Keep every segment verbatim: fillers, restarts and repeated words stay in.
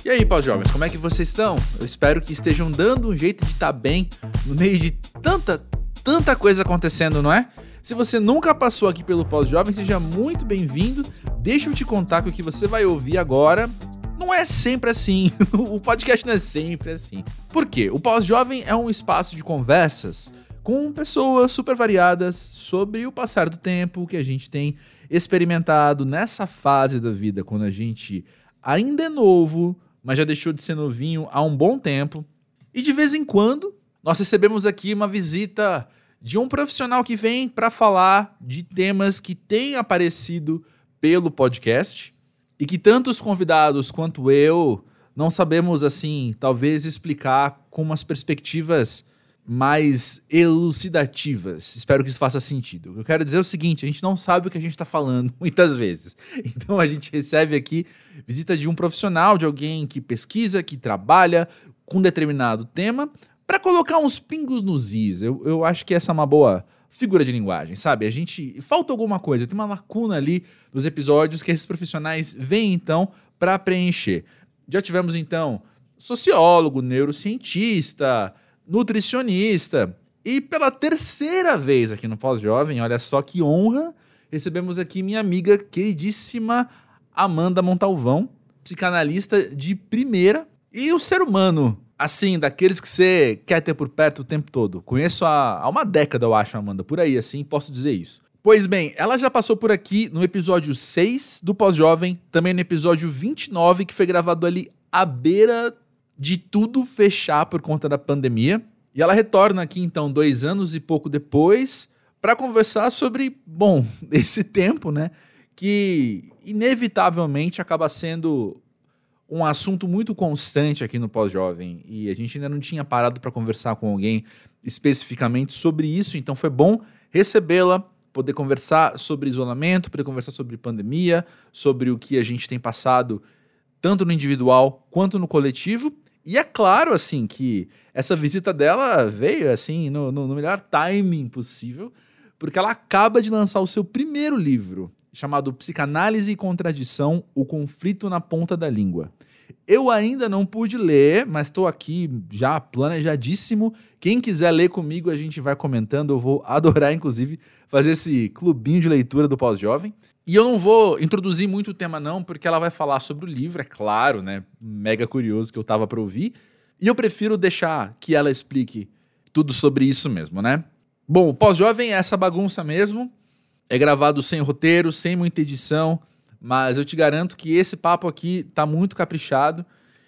E aí, pós-jovens, como é que vocês estão? Eu espero que estejam dando um jeito de estar bem no meio de tanta, tanta coisa acontecendo, não é? Se você nunca passou aqui pelo Pós-Jovem, seja muito bem-vindo. Deixa eu te contar que o que você vai ouvir agora não é sempre assim. O podcast não é sempre assim. Por quê? O Pós-Jovem é um espaço de conversas com pessoas super variadas sobre o passar do tempo que a gente tem experimentado nessa fase da vida, quando a gente ainda é novo, mas já deixou de ser novinho há um bom tempo. E de vez em quando, nós recebemos aqui uma visita de um profissional que vem para falar de temas que têm aparecido pelo podcast e que tanto os convidados quanto eu não sabemos, assim, talvez explicar com umas perspectivas mais elucidativas. Espero que isso faça sentido. O que eu quero dizer é o seguinte: a gente não sabe o que a gente está falando muitas vezes. Então a gente recebe aqui visita de um profissional, de alguém que pesquisa, que trabalha com um determinado tema, para colocar uns pingos nos is. Eu, eu acho que essa é uma boa figura de linguagem, sabe? A gente... Falta alguma coisa, tem uma lacuna ali nos episódios que esses profissionais vêm, então, para preencher. Já tivemos, então, sociólogo, neurocientista, nutricionista. E pela terceira vez aqui no Pós-Jovem, olha só que honra, recebemos aqui minha amiga queridíssima Amanda Montalvão, psicanalista de primeira e o ser humano, assim, daqueles que você quer ter por perto o tempo todo. Conheço há, há uma década, eu acho, Amanda, por aí, assim, posso dizer isso. Pois bem, ela já passou por aqui no episódio seis do Pós-Jovem, também no episódio vinte e nove, que foi gravado ali à beira de tudo fechar por conta da pandemia. E ela retorna aqui, então, dois anos e pouco depois, para conversar sobre, bom, esse tempo, né, que inevitavelmente acaba sendo um assunto muito constante aqui no Pós-Jovem. E a gente ainda não tinha parado para conversar com alguém especificamente sobre isso, então foi bom recebê-la, poder conversar sobre isolamento, poder conversar sobre pandemia, sobre o que a gente tem passado tanto no individual quanto no coletivo. E é claro, assim, que essa visita dela veio, assim, no, no, no melhor timing possível, porque ela acaba de lançar o seu primeiro livro, chamado Psicanálise e Contradição, o conflito na ponta da língua. Eu ainda não pude ler, mas estou aqui já planejadíssimo. Quem quiser ler comigo, a gente vai comentando. Eu vou adorar, inclusive, fazer esse clubinho de leitura do Pós-Jovem. E eu não vou introduzir muito o tema não, porque ela vai falar sobre o livro, é claro, né? Mega curioso que eu tava para ouvir. E eu prefiro deixar que ela explique tudo sobre isso mesmo, né? Bom, o Pós-Jovem é essa bagunça mesmo. É gravado sem roteiro, sem muita edição, mas eu te garanto que esse papo aqui tá muito caprichado.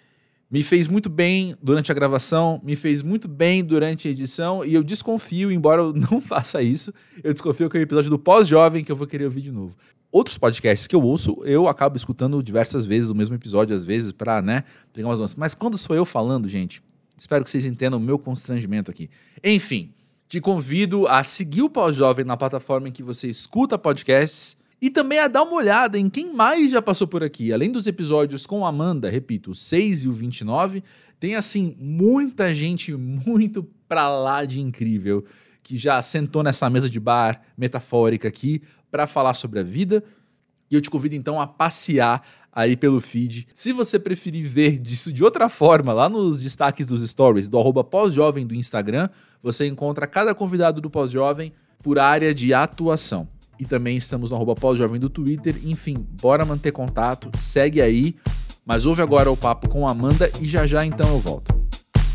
Me fez muito bem durante a gravação, me fez muito bem durante a edição, e eu desconfio, embora eu não faça isso, eu desconfio que é o episódio do Pós-Jovem que eu vou querer ouvir de novo. Outros podcasts que eu ouço, eu acabo escutando diversas vezes o mesmo episódio, às vezes, pra, né, pegar umas nuances. Mas quando sou eu falando, gente, espero que vocês entendam o meu constrangimento aqui. Enfim, te convido a seguir o Pós-Jovem na plataforma em que você escuta podcasts e também a dar uma olhada em quem mais já passou por aqui. Além dos episódios com a Amanda, repito, o seis e o vinte e nove, tem, assim, muita gente muito pra lá de incrível que já sentou nessa mesa de bar metafórica aqui para falar sobre a vida. E eu te convido, então, a passear aí pelo feed. Se você preferir ver disso de outra forma, lá nos destaques dos stories do arroba pós-jovem do Instagram, você encontra cada convidado do Pós-Jovem por área de atuação. E também estamos no arroba pós-jovem do Twitter. Enfim, bora manter contato, segue aí. Mas ouve agora o papo com a Amanda e já já então eu volto.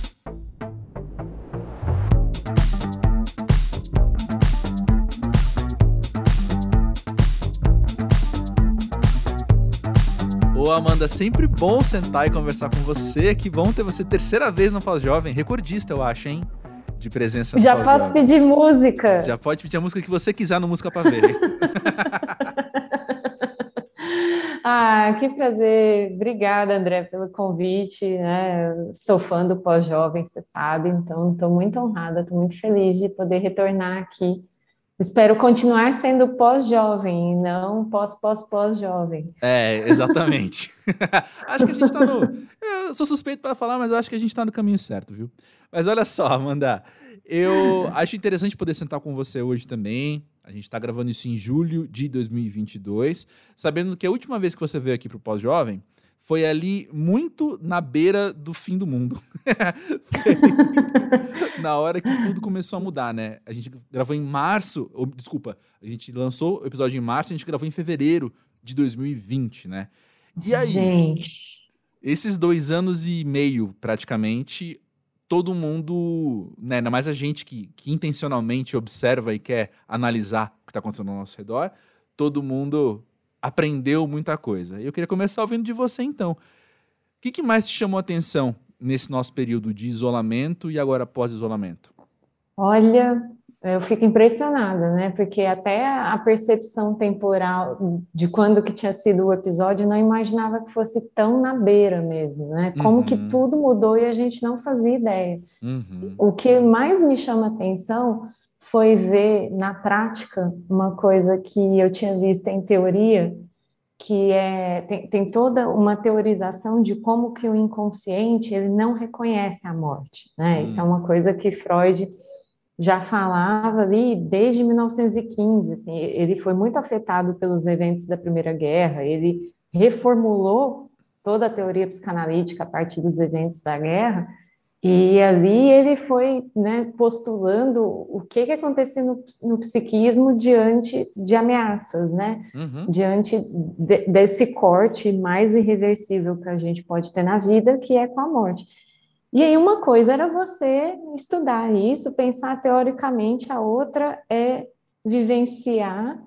Ô Amanda, sempre bom sentar e conversar com você. Que bom ter você terceira vez no Pós-Jovem. Recordista, eu acho, hein? De presença no Já Pós-Jovem. posso pedir música. Já pode pedir a música que você quiser no Música Pra Ver. Ah, que prazer. Obrigada, André, pelo convite, né? Eu sou fã do Pós-Jovem, você sabe, então estou muito honrada, estou muito feliz de poder retornar aqui. Espero continuar sendo pós-jovem e não pós-pós-pós-jovem. É, exatamente. Acho que a gente tá no... Eu sou suspeito para falar, mas eu acho que a gente tá no caminho certo, viu? Mas olha só, Amanda, eu acho interessante poder sentar com você hoje também. A gente tá gravando isso em julho de dois mil e vinte e dois, sabendo que a última vez que você veio aqui pro Pós-Jovem, Foi ali muito na beira do fim do mundo. Foi ali muito na hora que tudo começou a mudar, né? A gente gravou em março, ou, desculpa, a gente lançou o episódio em março, a gente gravou em fevereiro de dois mil e vinte, né? E aí, Gente, esses dois anos e meio, praticamente, todo mundo, né, ainda mais a gente que, que intencionalmente observa e quer analisar o que está acontecendo ao nosso redor, todo mundo aprendeu muita coisa. Eu queria começar ouvindo de você, então. O que, que mais te chamou a atenção nesse nosso período de isolamento e agora pós-isolamento? olha, eu fico impressionada, né? Porque até a percepção temporal de quando que tinha sido o episódio, eu não imaginava que fosse tão na beira mesmo, né? Como que Uhum, tudo mudou e a gente não fazia ideia. uhum, O que mais me chama atenção foi ver na prática uma coisa que eu tinha visto em teoria, que é tem, tem toda uma teorização de como que o inconsciente ele não reconhece a morte, né? Isso é uhum, uma coisa que Freud já falava ali desde mil novecentos e quinze, assim, ele foi muito afetado pelos eventos da Primeira Guerra, ele reformulou toda a teoria psicanalítica a partir dos eventos da guerra, e ali ele foi, né, postulando o que que acontecia no, no psiquismo diante de ameaças, né? uhum, Diante de, desse corte mais irreversível que a gente pode ter na vida, que é com a morte. E aí uma coisa era você estudar isso, pensar teoricamente, a outra é vivenciar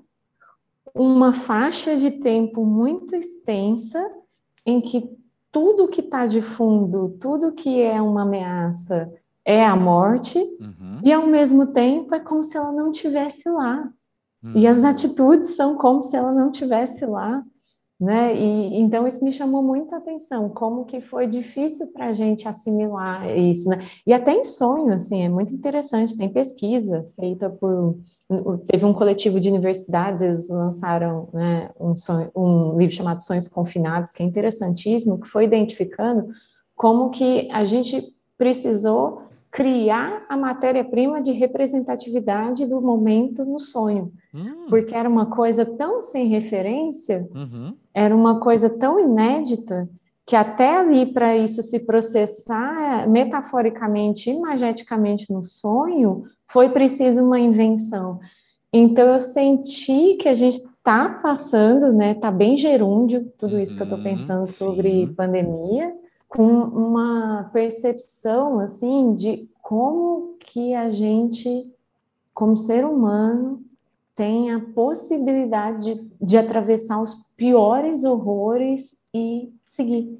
uma faixa de tempo muito extensa em que tudo que está de fundo, tudo que é uma ameaça é a morte, uhum, e ao mesmo tempo é como se ela não estivesse lá. E as uhum, atitudes são como se ela não estivesse lá, né? E então isso me chamou muita atenção, como que foi difícil para a gente assimilar isso, né? E até em sonho, assim, é muito interessante. Tem pesquisa feita por teve um coletivo de universidades, eles lançaram, né, um, sonho, um livro chamado Sonhos Confinados, que é interessantíssimo, que foi identificando como que a gente precisou criar a matéria-prima de representatividade do momento no sonho, uhum, porque era uma coisa tão sem referência, uhum, era uma coisa tão inédita que até ali para isso se processar metaforicamente, imageticamente no sonho, foi preciso uma invenção. Então eu senti que a gente está passando, né? Está bem gerúndio tudo isso que eu estou uhum, pensando sobre sim. pandemia, com uma percepção assim de como que a gente, como ser humano, tem a possibilidade de, de atravessar os piores horrores e seguir,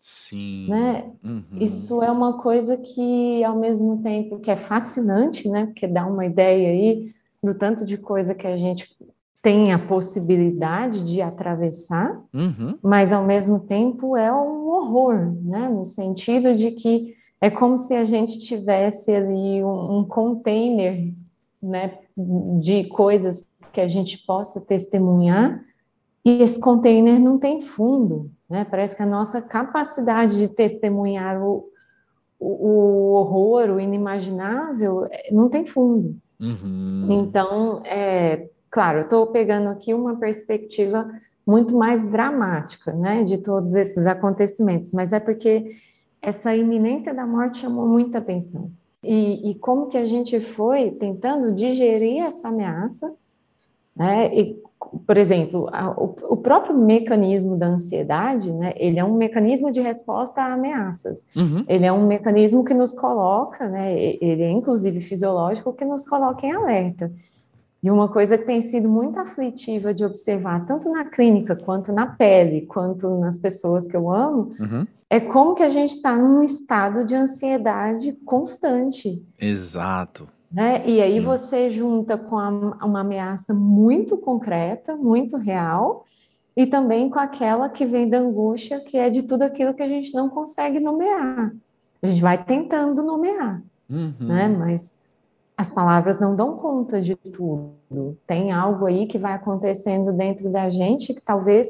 Sim. né? Uhum. Isso é uma coisa que, ao mesmo tempo que é fascinante, né? Porque dá uma ideia aí do tanto de coisa que a gente tem a possibilidade de atravessar, Uhum. mas ao mesmo tempo é um horror, né? No sentido de que é como se a gente tivesse ali um, um container, né? De coisas que a gente possa testemunhar, e esse container não tem fundo, né? Parece que a nossa capacidade de testemunhar o, o, o horror, o inimaginável, é, não tem fundo. Uhum. Então, é, claro, eu estou pegando aqui uma perspectiva muito mais dramática, né, de todos esses acontecimentos, mas é porque essa iminência da morte chamou muita atenção. E, e como que a gente foi tentando digerir essa ameaça, né? E, por exemplo, a, o, o próprio mecanismo da ansiedade, né? Ele é um mecanismo de resposta a ameaças. Uhum. Ele é um mecanismo que nos coloca, né? Ele é inclusive fisiológico, que nos coloca em alerta. E uma coisa que tem sido muito aflitiva de observar, tanto na clínica, quanto na pele, quanto nas pessoas que eu amo, Uhum. é como que a gente está num estado de ansiedade constante, Exato. né? E aí Sim. você junta com a, uma ameaça muito concreta, muito real, e também com aquela que vem da angústia, que é de tudo aquilo que a gente não consegue nomear. A gente vai tentando nomear, né? Uhum. Mas as palavras não dão conta de tudo. Tem algo aí que vai acontecendo dentro da gente que talvez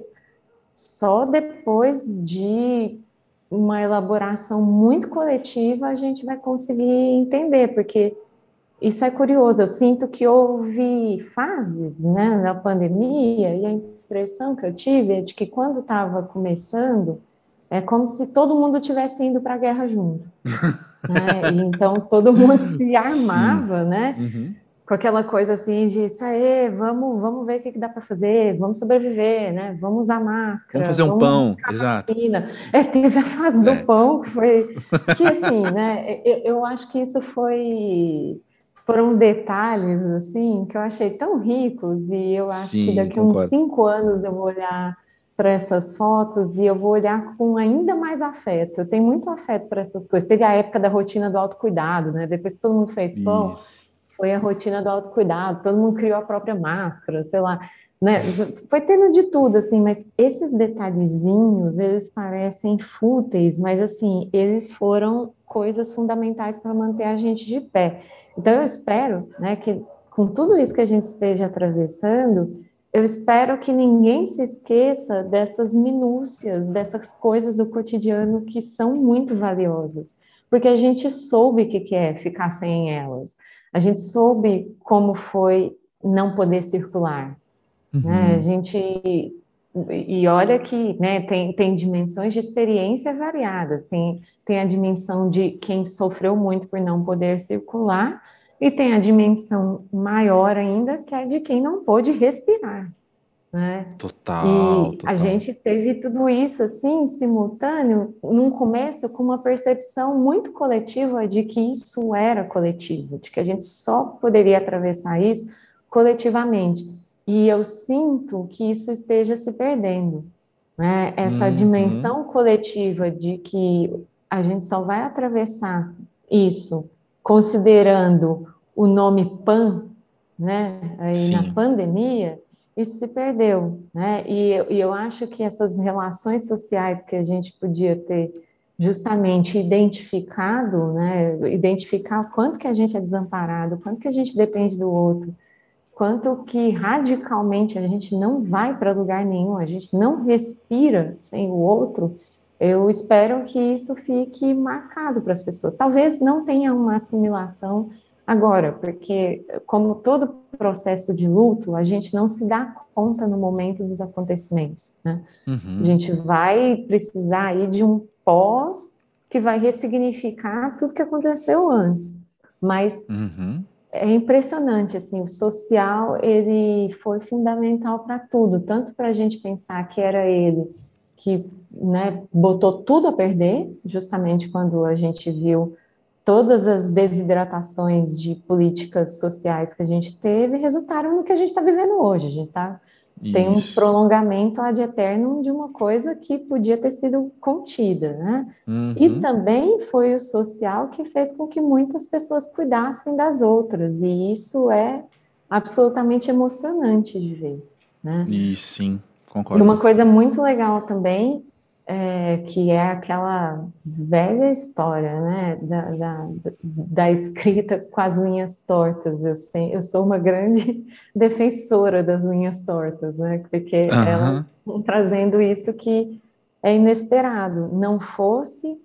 só depois de uma elaboração muito coletiva a gente vai conseguir entender, porque isso é curioso. Eu sinto que houve fases, né, na pandemia, e a impressão que eu tive é de que quando estava começando, é como se todo mundo tivesse indo para a guerra junto, né? E então todo mundo se Sim. armava, né? Uhum. Com aquela coisa assim de, isso aí, vamos, vamos ver o que que dá para fazer, vamos sobreviver, né? Vamos usar Vamos máscara, fazer um vamos pão, buscar exato. vacina. É, teve a fase do É. pão, que foi, que assim, né? Eu, eu acho que isso foi, foram detalhes, assim, que eu achei tão ricos, e eu acho que Sim, daqui a uns concordo. cinco anos eu vou olhar para essas fotos e eu vou olhar com ainda mais afeto. Eu tenho muito afeto para essas coisas. Teve a época da rotina do autocuidado, né? Depois que todo mundo fez pão, Isso. foi a rotina do autocuidado, todo mundo criou a própria máscara, sei lá, né? Foi tendo de tudo, assim, mas esses detalhezinhos, eles parecem fúteis, mas, assim, eles foram coisas fundamentais para manter a gente de pé. Então, eu espero, né, que com tudo isso que a gente esteja atravessando, eu espero que ninguém se esqueça dessas minúcias, dessas coisas do cotidiano que são muito valiosas, porque a gente soube o que que é ficar sem elas. A gente soube como foi não poder circular, né? A Uhum. gente e olha que, né, tem, tem dimensões de experiência variadas. Tem, tem a dimensão de quem sofreu muito por não poder circular, e tem a dimensão maior ainda, que é de quem não pôde respirar, né? Total, E a total. gente teve tudo isso assim, simultâneo, num começo com uma percepção muito coletiva de que isso era coletivo, de que a gente só poderia atravessar isso coletivamente. E eu sinto que isso esteja se perdendo, né? Essa Uhum. dimensão coletiva de que a gente só vai atravessar isso considerando o nome PAN, né? Aí na Sim. pandemia isso se perdeu, né? E, eu- e eu acho que essas relações sociais que a gente podia ter justamente identificado, né? Identificar o quanto que a gente é desamparado, o quanto que a gente depende do outro, quanto que radicalmente a gente não vai para lugar nenhum, a gente não respira sem o outro. Eu espero que isso fique marcado para as pessoas. Talvez não tenha uma assimilação agora, porque, como todo processo de luto, a gente não se dá conta no momento dos acontecimentos, né? A Uhum. gente vai precisar aí de um pós que vai ressignificar tudo que aconteceu antes. Mas Uhum. é impressionante, assim, o social, ele foi fundamental para tudo, tanto para a gente pensar que era ele que, né, botou tudo a perder, justamente quando a gente viu todas as desidratações de políticas sociais que a gente teve, resultaram no que a gente está vivendo hoje. A gente tá, tem um Isso. prolongamento ad eternum de uma coisa que podia ter sido contida, né? E Uhum. também foi o social que fez com que muitas pessoas cuidassem das outras, e isso é absolutamente emocionante de ver, né? E sim, E concordo. uma coisa muito legal também, é, que é aquela velha história, né, da, da, da escrita com as linhas tortas. Eu, sei, eu sou uma grande defensora das linhas tortas, né, porque elas Aham. estão trazendo isso que é inesperado. Não fosse,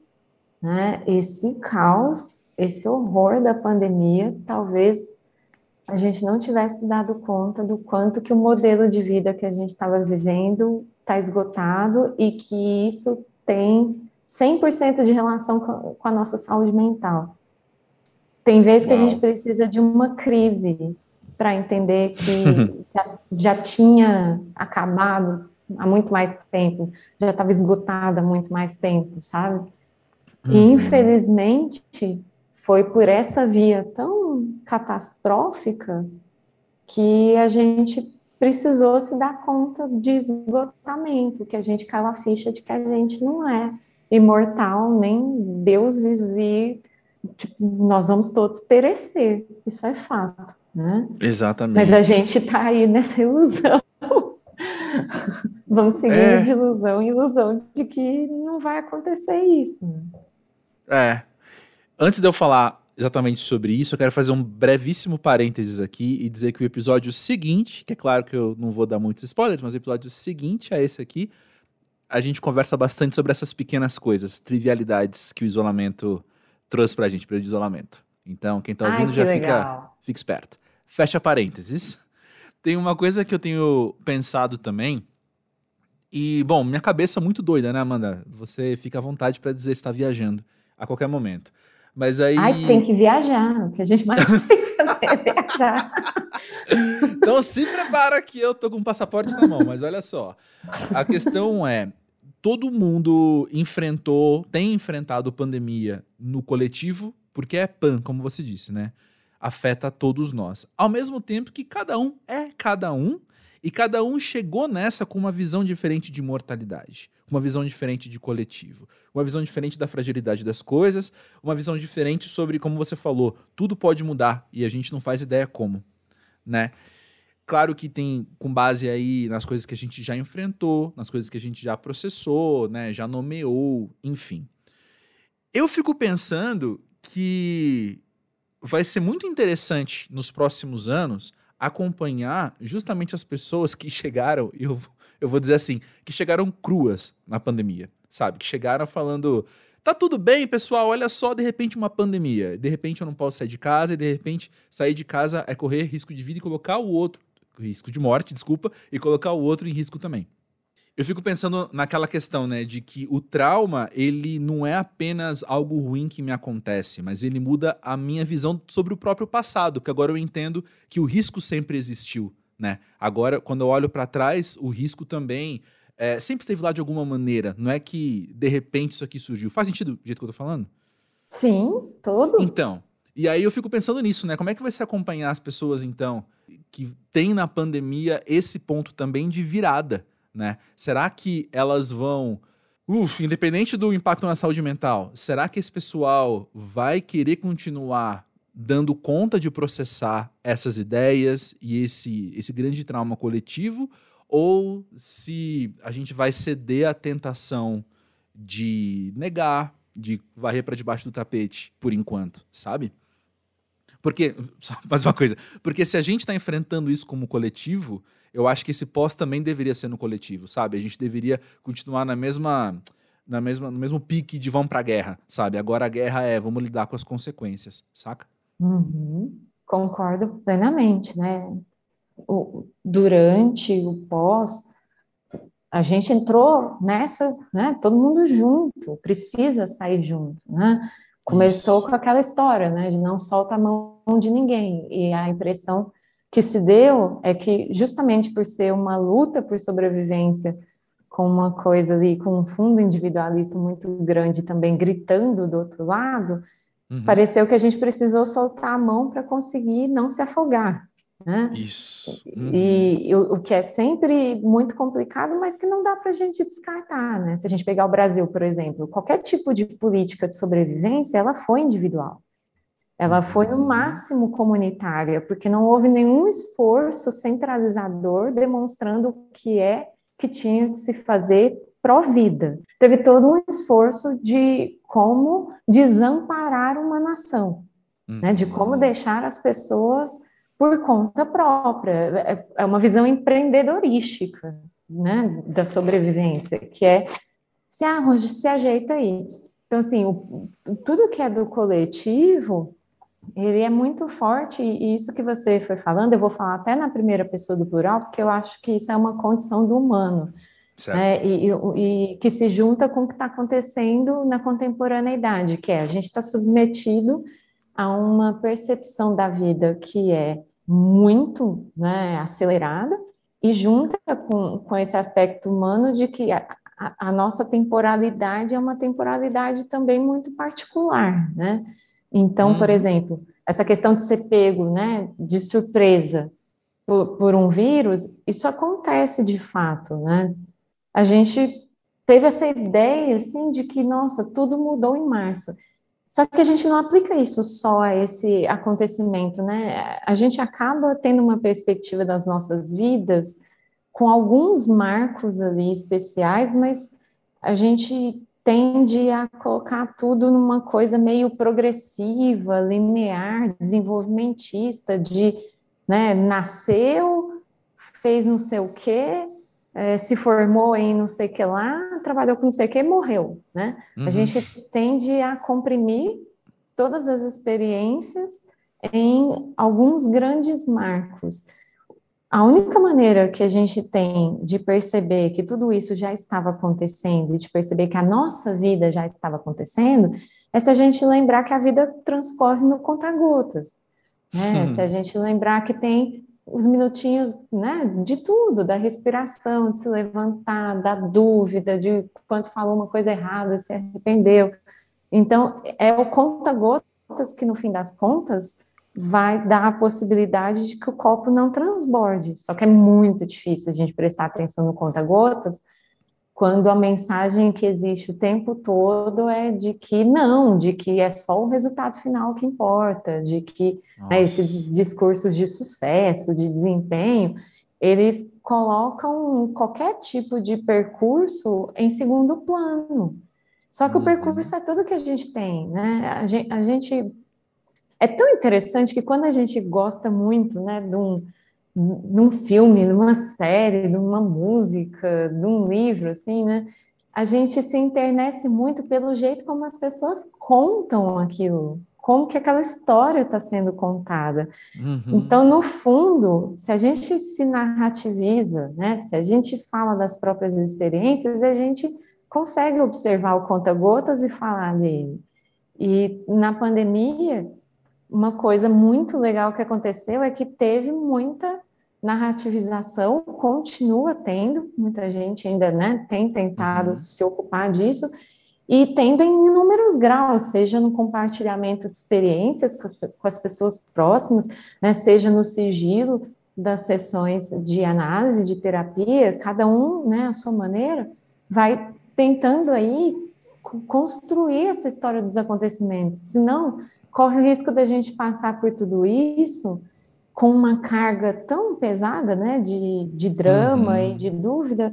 né, esse caos, esse horror da pandemia, talvez a gente não tivesse dado conta do quanto que o modelo de vida que a gente estava vivendo está esgotado e que isso tem cem por cento de relação com com a nossa saúde mental. Tem vezes que a gente Uau. precisa de uma crise para entender que já, já tinha acabado há muito mais tempo, já estava esgotada há muito mais tempo, sabe? E, Uhum. infelizmente, foi por essa via tão catastrófica que a gente precisou se dar conta de esgotamento, que a gente caiu a ficha de que a gente não é imortal, nem deuses e tipo, nós vamos todos perecer, isso é fato, né? Mas a Exatamente. gente está aí nessa ilusão, vamos seguindo de É, ilusão em ilusão de que não vai acontecer isso, né? é. Antes de eu falar exatamente sobre isso, eu quero fazer um brevíssimo parênteses aqui e dizer que o episódio seguinte, que é claro que eu não vou dar muitos spoilers, mas o episódio seguinte a esse aqui, a gente conversa bastante sobre essas pequenas coisas, trivialidades que o isolamento trouxe pra gente, período de isolamento. Então, quem tá Ai, ouvindo que já fica, legal. fica esperto. Fecha parênteses. Tem uma coisa que eu tenho pensado também, E, bom, minha cabeça é muito doida, né, Amanda? Você fica à vontade para dizer se está viajando a qualquer momento. Mas Ai, tem aí. que viajar, o que a gente mais tem que fazer é viajar. Então se prepara que eu tô com o passaporte na mão, mas olha só. A questão é, todo mundo enfrentou, tem enfrentado pandemia no coletivo, porque é pan, como você disse, né? Afeta todos nós. Ao mesmo tempo que cada um é cada um, e cada um chegou nessa com uma visão diferente de mortalidade, uma visão diferente de coletivo, uma visão diferente da fragilidade das coisas, uma visão diferente sobre, como você falou, tudo pode mudar e a gente não faz ideia como, né? Claro que tem com base aí nas coisas que a gente já enfrentou, nas coisas que a gente já processou, né, já nomeou, enfim. Eu fico pensando que vai ser muito interessante nos próximos anos acompanhar justamente as pessoas que chegaram, e eu, eu vou dizer assim, que chegaram cruas na pandemia, sabe? Que chegaram falando, tá tudo bem, pessoal, olha só, de repente uma pandemia, de repente eu não posso sair de casa, e de repente sair de casa é correr risco de vida e colocar o outro, risco de morte, desculpa, e colocar o outro em risco também. Eu fico pensando naquela questão, né, de que o trauma, ele não é apenas algo ruim que me acontece, mas ele muda a minha visão sobre o próprio passado, que agora eu entendo que o risco sempre existiu, né? Agora, quando eu olho para trás, o risco também é, sempre esteve lá de alguma maneira, não é que de repente isso aqui surgiu. Faz sentido do jeito que eu tô falando? Sim, todo. Então, e aí eu fico pensando nisso, né? Como é que vai se acompanhar as pessoas, então, que tem na pandemia esse ponto também de virada, né? Será que elas vão, uf, independente do impacto na saúde mental, será que esse pessoal vai querer continuar dando conta de processar essas ideias e esse, esse grande trauma coletivo? Ou se a gente vai ceder à tentação de negar, de varrer para debaixo do tapete por enquanto, sabe? Porque, só mais uma coisa, porque se a gente está enfrentando isso como coletivo, eu acho que esse pós também deveria ser no coletivo, sabe? A gente deveria continuar na mesma, na mesma, no mesmo pique de vamos pra guerra, sabe? Agora a guerra é vamos lidar com as consequências, saca? Uhum. Concordo plenamente, né? O, durante o pós, a gente entrou nessa, né? Todo mundo junto, precisa sair junto, né? Começou Isso. com aquela história, né? De não solta a mão de ninguém. E a impressão que se deu é que, justamente por ser uma luta por sobrevivência, com uma coisa ali, com um fundo individualista muito grande também gritando do outro lado, Uhum. pareceu que a gente precisou soltar a mão para conseguir não se afogar, né? Isso. Uhum. E, e o, o que é sempre muito complicado, mas que não dá para a gente descartar, né? Se a gente pegar o Brasil, por exemplo, qualquer tipo de política de sobrevivência, ela foi individual. Ela foi no Uhum. máximo comunitária, porque não houve nenhum esforço centralizador demonstrando o que é que tinha que se fazer pró-vida. Teve todo um esforço de como desamparar uma nação, né? De como Uhum. deixar as pessoas por conta própria. É é uma visão empreendedorística, né, da sobrevivência, que é se arranja, se ajeita aí. Então, assim, o, tudo que é do coletivo ele é muito forte, e isso que você foi falando, eu vou falar até na primeira pessoa do plural, porque eu acho que isso é uma condição do humano, Certo. né? E, e, e que se junta com o que está acontecendo na contemporaneidade, que é a gente está submetido a uma percepção da vida que é muito, né, acelerada, e junta com, com esse aspecto humano de que a, a, a nossa temporalidade é uma temporalidade também muito particular, né? Então, por Uhum. exemplo, essa questão de ser pego, né, de surpresa por, por um vírus, isso acontece de fato, né? A gente teve essa ideia, assim, de que, nossa, tudo mudou em março. Só que a gente não aplica isso só a esse acontecimento, né? A gente acaba tendo uma perspectiva das nossas vidas com alguns marcos ali especiais, mas a gente tende a colocar tudo numa coisa meio progressiva, linear, desenvolvimentista, de, né, nasceu, fez não sei o quê, é, se formou em não sei o que lá, trabalhou com não sei o que, morreu, né? A Uhum. gente tende a comprimir todas as experiências em alguns grandes marcos. A única maneira que a gente tem de perceber que tudo isso já estava acontecendo e de perceber que a nossa vida já estava acontecendo é se a gente lembrar que a vida transcorre no conta-gotas, né? Se a gente lembrar que tem os minutinhos, né, de tudo, da respiração, de se levantar, da dúvida, de quando falou uma coisa errada, se arrependeu. Então, é o conta-gotas que, no fim das contas, vai dar a possibilidade de que o copo não transborde. Só que é muito difícil a gente prestar atenção no conta-gotas quando a mensagem que existe o tempo todo é de que não, de que é só o resultado final que importa, de que, né, esses discursos de sucesso, de desempenho, eles colocam qualquer tipo de percurso em segundo plano. Só que o Uhum. percurso é tudo que a gente tem, né? A gente, a gente é tão interessante que quando a gente gosta muito, né, de um, de um filme, de uma série, de uma música, de um livro, assim, né, a gente se internece muito pelo jeito como as pessoas contam aquilo, como que aquela história está sendo contada. Uhum. Então, no fundo, se a gente se narrativiza, né, se a gente fala das próprias experiências, a gente consegue observar o conta-gotas e falar dele. E na pandemia, uma coisa muito legal que aconteceu é que teve muita narrativização, continua tendo, muita gente ainda, né, tem tentado Uhum. se ocupar disso, e tendo em inúmeros graus, seja no compartilhamento de experiências com, com as pessoas próximas, né, seja no sigilo das sessões de análise, de terapia, cada um, né, à sua maneira, vai tentando aí construir essa história dos acontecimentos, senão corre o risco da gente passar por tudo isso com uma carga tão pesada, né, de, de drama Uhum. e de dúvida,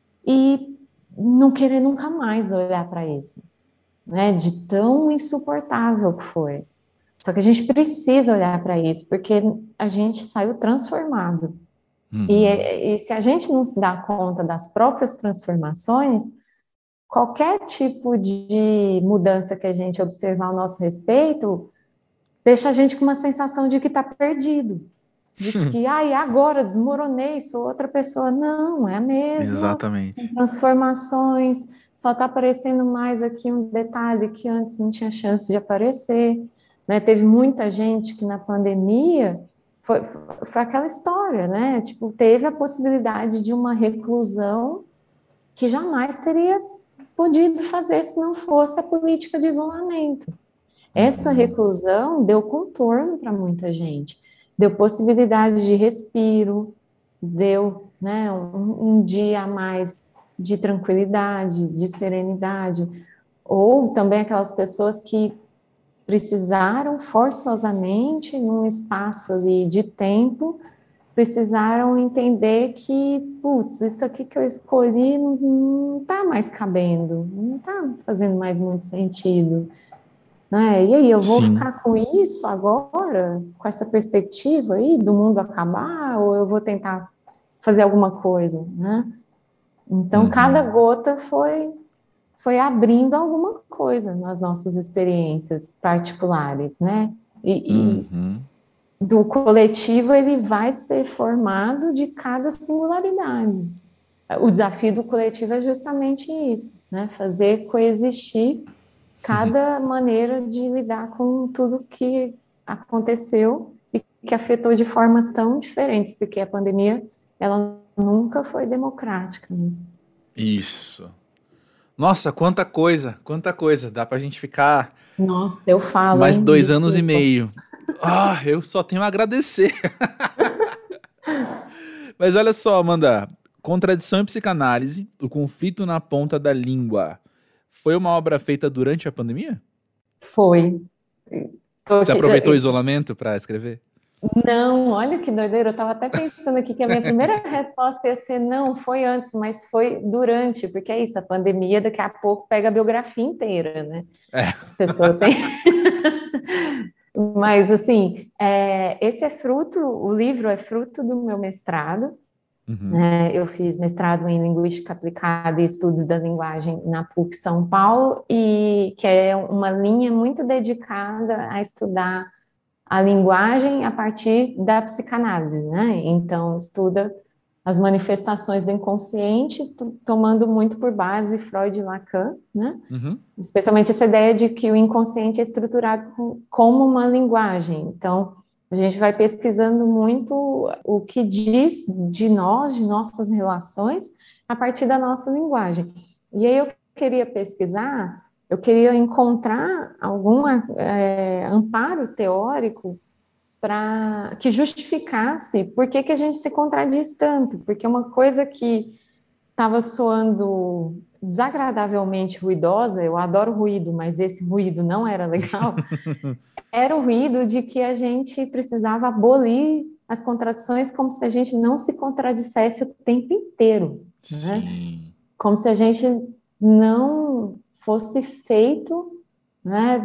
e não querer nunca mais olhar para isso, né, de tão insuportável que foi. Só que a gente precisa olhar para isso, porque a gente saiu transformado. Uhum. E, e se a gente não se dá conta das próprias transformações, qualquer tipo de mudança que a gente observar ao nosso respeito deixa a gente com uma sensação de que está perdido, de que, ai, ah, agora desmoronei, sou outra pessoa. Não, é a mesma, com Exatamente. transformações, só está aparecendo mais aqui um detalhe que antes não tinha chance de aparecer, né? Teve muita gente que na pandemia foi, foi aquela história, né? Tipo, teve a possibilidade de uma reclusão que jamais teria podido fazer se não fosse a política de isolamento. Essa Uhum. reclusão deu contorno para muita gente, deu possibilidade de respiro, deu, né, um, um dia a mais de tranquilidade, de serenidade, ou também aquelas pessoas que precisaram forçosamente, num espaço ali de tempo, precisaram entender que, putz, isso aqui que eu escolhi não está mais cabendo, não está fazendo mais muito sentido. Né? E aí, eu vou Sim. ficar com isso agora, com essa perspectiva aí do mundo acabar, ou eu vou tentar fazer alguma coisa, né? Então, cada Uhum. gota foi, foi abrindo alguma coisa nas nossas experiências particulares, né? E, e Uhum. do coletivo, ele vai ser formado de cada singularidade. O desafio do coletivo é justamente isso, né? Fazer coexistir cada maneira de lidar com tudo que aconteceu e que afetou de formas tão diferentes, porque a pandemia, ela nunca foi democrática, né? Isso. Nossa, quanta coisa, quanta coisa. Dá pra gente ficar Nossa, eu falo, mais hein? dois anos e Desculpa. meio. Ah, eu só tenho a agradecer. Mas olha só, Amanda. Contradição e Psicanálise, o conflito na ponta da língua. Foi uma obra feita durante a pandemia? Foi. Tô Você aqui- aproveitou o isolamento para escrever? Não, olha que doideira, eu estava até pensando aqui que a minha primeira resposta ia ser não, foi antes, mas foi durante, porque é isso, a pandemia daqui a pouco pega a biografia inteira, né? É. A pessoa tem. Mas, assim, é, esse é fruto, o livro é fruto do meu mestrado, Uhum. né? Eu fiz mestrado em Linguística Aplicada e Estudos da Linguagem na PUC São Paulo, e que é uma linha muito dedicada a estudar a linguagem a partir da psicanálise, né? Então, estuda as manifestações do inconsciente, tomando muito por base Freud e Lacan, né? Uhum. Especialmente essa ideia de que o inconsciente é estruturado como uma linguagem. Então, a gente vai pesquisando muito o que diz de nós, de nossas relações, a partir da nossa linguagem. E aí eu queria pesquisar, eu queria encontrar algum é, amparo teórico para que justificasse por que, que a gente se contradiz tanto, porque uma coisa que estava soando desagradavelmente ruidosa, eu adoro ruído, mas esse ruído não era legal, era o ruído de que a gente precisava abolir as contradições como se a gente não se contradissesse o tempo inteiro, né? Sim. Como se a gente não fosse feito, né,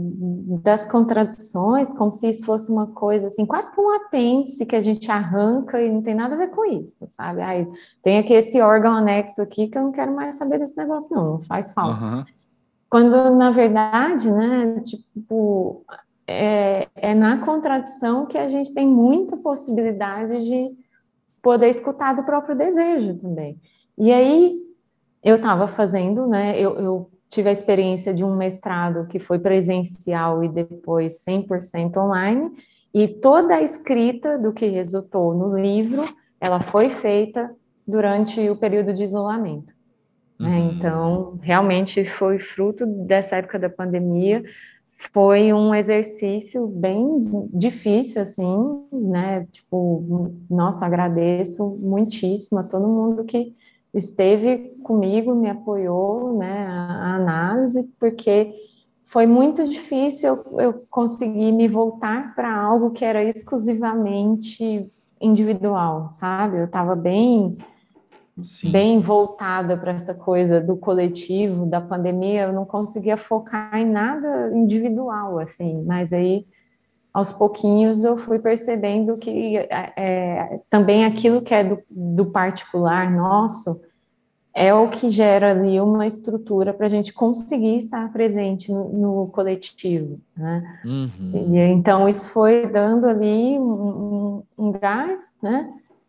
das contradições, como se isso fosse uma coisa assim, quase que um apêndice que a gente arranca e não tem nada a ver com isso, sabe? Aí tem aqui esse órgão anexo aqui que eu não quero mais saber desse negócio, não, não faz falta. Uhum. Quando, na verdade, né, tipo, é, é na contradição que a gente tem muita possibilidade de poder escutar do próprio desejo também. E aí, eu estava fazendo, né, eu, eu tive a experiência de um mestrado que foi presencial e depois cem por cento online, e toda a escrita do que resultou no livro, ela foi feita durante o período de isolamento. Uhum. Né? Então, realmente foi fruto dessa época da pandemia, foi um exercício bem difícil, assim, né, tipo, nossa, agradeço muitíssimo a todo mundo que esteve comigo, me apoiou, né, a, a análise, porque foi muito difícil eu, eu conseguir me voltar para algo que era exclusivamente individual, sabe? Eu estava bem, Sim. bem voltada para essa coisa do coletivo, da pandemia, eu não conseguia focar em nada individual, assim, mas aí aos pouquinhos eu fui percebendo que é, também aquilo que é do, do particular nosso é o que gera ali uma estrutura para a gente conseguir estar presente no, no coletivo, né? Uhum. E então isso foi dando ali um, um, um gás, né?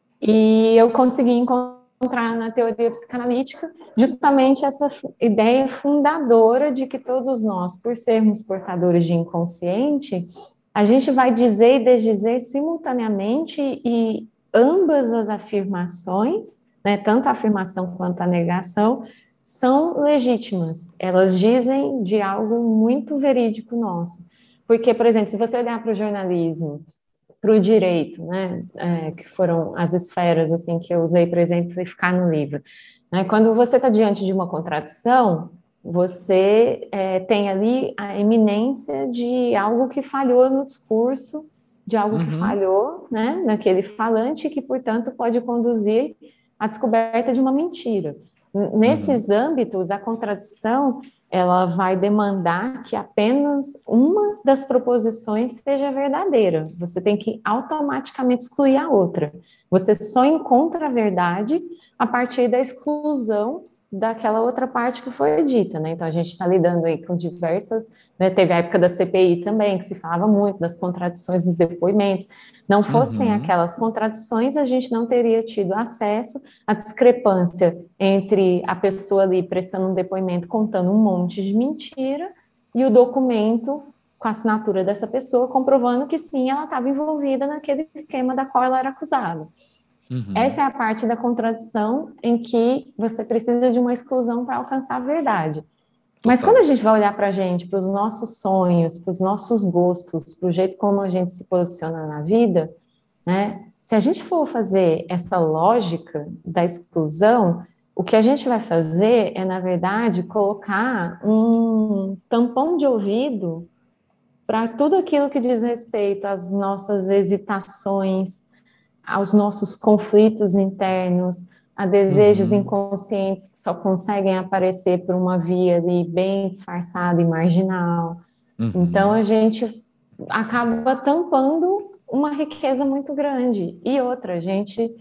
E eu consegui encontrar na teoria psicanalítica justamente essa ideia fundadora de que todos nós, por sermos portadores de inconsciente, a gente vai dizer e desdizer simultaneamente, e ambas as afirmações, né, tanto a afirmação quanto a negação, são legítimas. Elas dizem de algo muito verídico nosso. Porque, por exemplo, se você olhar para o jornalismo, para o direito, né, é, que foram as esferas assim que eu usei para exemplificar no livro, né, quando você está diante de uma contradição, você é, tem ali a eminência de algo que falhou no discurso, de algo que Uhum. falhou, né, naquele falante, que, portanto, pode conduzir à descoberta de uma mentira. Nesses Uhum. âmbitos, a contradição ela vai demandar que apenas uma das proposições seja verdadeira. Você tem que automaticamente excluir a outra. Você só encontra a verdade a partir da exclusão daquela outra parte que foi dita, né? Então a gente está lidando aí com diversas, né? Teve a época da C P I também, que se falava muito das contradições dos depoimentos. Não fossem Uhum. aquelas contradições, a gente não teria tido acesso à discrepância entre a pessoa ali prestando um depoimento, contando um monte de mentira, e o documento com a assinatura dessa pessoa comprovando que sim, ela estava envolvida naquele esquema da qual ela era acusada. Uhum. Essa é a parte da contradição em que você precisa de uma exclusão para alcançar a verdade. Mas Total. quando a gente vai olhar para a gente, para os nossos sonhos, para os nossos gostos, para o jeito como a gente se posiciona na vida, né? Se a gente for fazer essa lógica da exclusão, o que a gente vai fazer é, na verdade, colocar um tampão de ouvido para tudo aquilo que diz respeito às nossas hesitações, aos nossos conflitos internos, a desejos Uhum. inconscientes que só conseguem aparecer por uma via ali bem disfarçada e marginal. Então, Uhum. a gente acaba tampando uma riqueza muito grande. E outra, a gente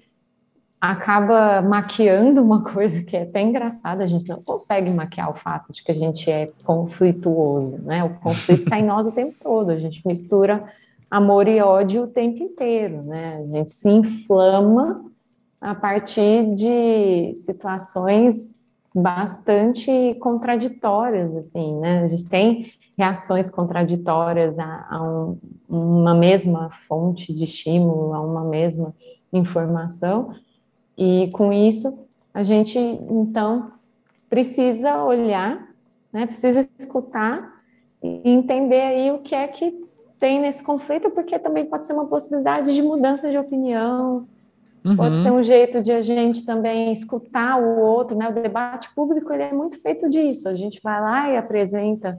acaba maquiando uma coisa que é até engraçada, a gente não consegue maquiar o fato de que a gente é conflituoso, né? O conflito está em nós o tempo todo, a gente mistura amor e ódio o tempo inteiro, né? A gente se inflama a partir de situações bastante contraditórias, assim, né? A gente tem reações contraditórias a, a um, uma mesma fonte de estímulo, a uma mesma informação, e com isso a gente, então, precisa olhar, né? Precisa escutar e entender aí o que é que tem nesse conflito, porque também pode ser uma possibilidade de mudança de opinião, pode ser Uhum. um jeito de a gente também escutar o outro, né? O debate público, ele é muito feito disso. A gente vai lá e apresenta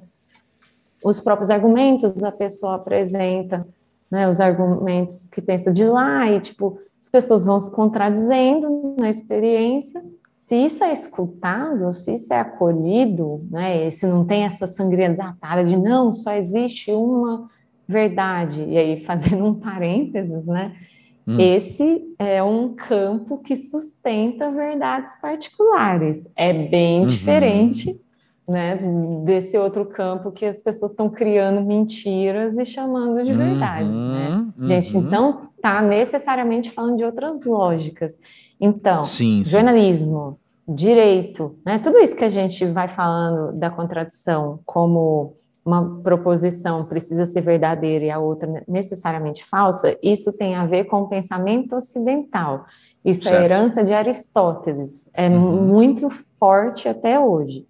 os próprios argumentos, a pessoa apresenta, né, os argumentos que pensa de lá, e, tipo, as pessoas vão se contradizendo na experiência. Se isso é escutado, se isso é acolhido, né, e se não tem essa sangria desatada de não, só existe uma verdade, e aí fazendo um parênteses, né, Hum. esse é um campo que sustenta verdades particulares. É bem Uhum. diferente, né, desse outro campo que as pessoas estão criando mentiras e chamando de verdade, né? Uhum. Gente, Uhum. então tá necessariamente falando de outras lógicas. Então, Sim, sim. jornalismo, direito, né? Tudo isso que a gente vai falando da contradição como uma proposição precisa ser verdadeira e a outra necessariamente falsa, isso tem a ver com o pensamento ocidental. Isso é Certo. herança de Aristóteles, é Uhum. muito forte até hoje.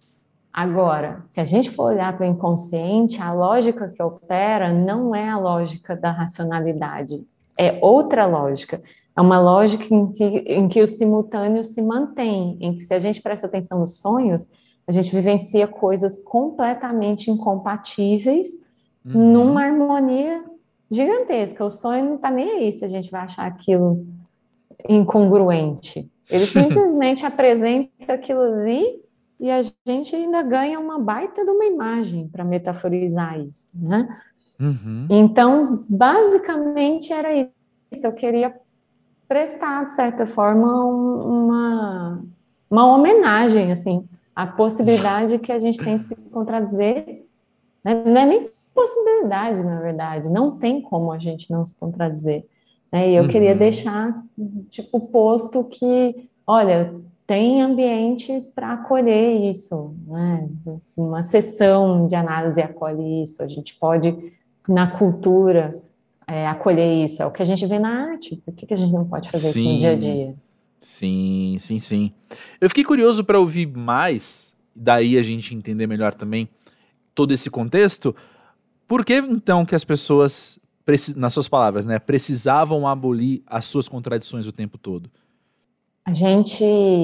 Agora, se a gente for olhar para o inconsciente, a lógica que opera não é a lógica da racionalidade, é outra lógica. É uma lógica em que, em que o simultâneo se mantém, em que se a gente presta atenção nos sonhos, a gente vivencia coisas completamente incompatíveis numa Uhum. harmonia gigantesca. O sonho não está nem aí se a gente vai achar aquilo incongruente. Ele simplesmente apresenta aquilo ali e a gente ainda ganha uma baita de uma imagem para metaforizar isso, né? Uhum. Então, basicamente era isso. Eu queria prestar, de certa forma, um- uma, uma homenagem, assim, à possibilidade que a gente tem de se contradizer, né? Não é nem possibilidade, na verdade, não tem como a gente não se contradizer, né? E eu queria Uhum. deixar, tipo, posto que, olha, tem ambiente para acolher isso, né? Uma sessão de análise acolhe isso, a gente pode, na cultura, é, acolher isso, é o que a gente vê na arte, por que que a gente não pode fazer isso no dia a Sim. dia? Sim, sim, sim. Eu fiquei curioso para ouvir mais, daí a gente entender melhor também todo esse contexto. Por que então que as pessoas, preci- nas suas palavras, né, precisavam abolir as suas contradições o tempo todo? A gente,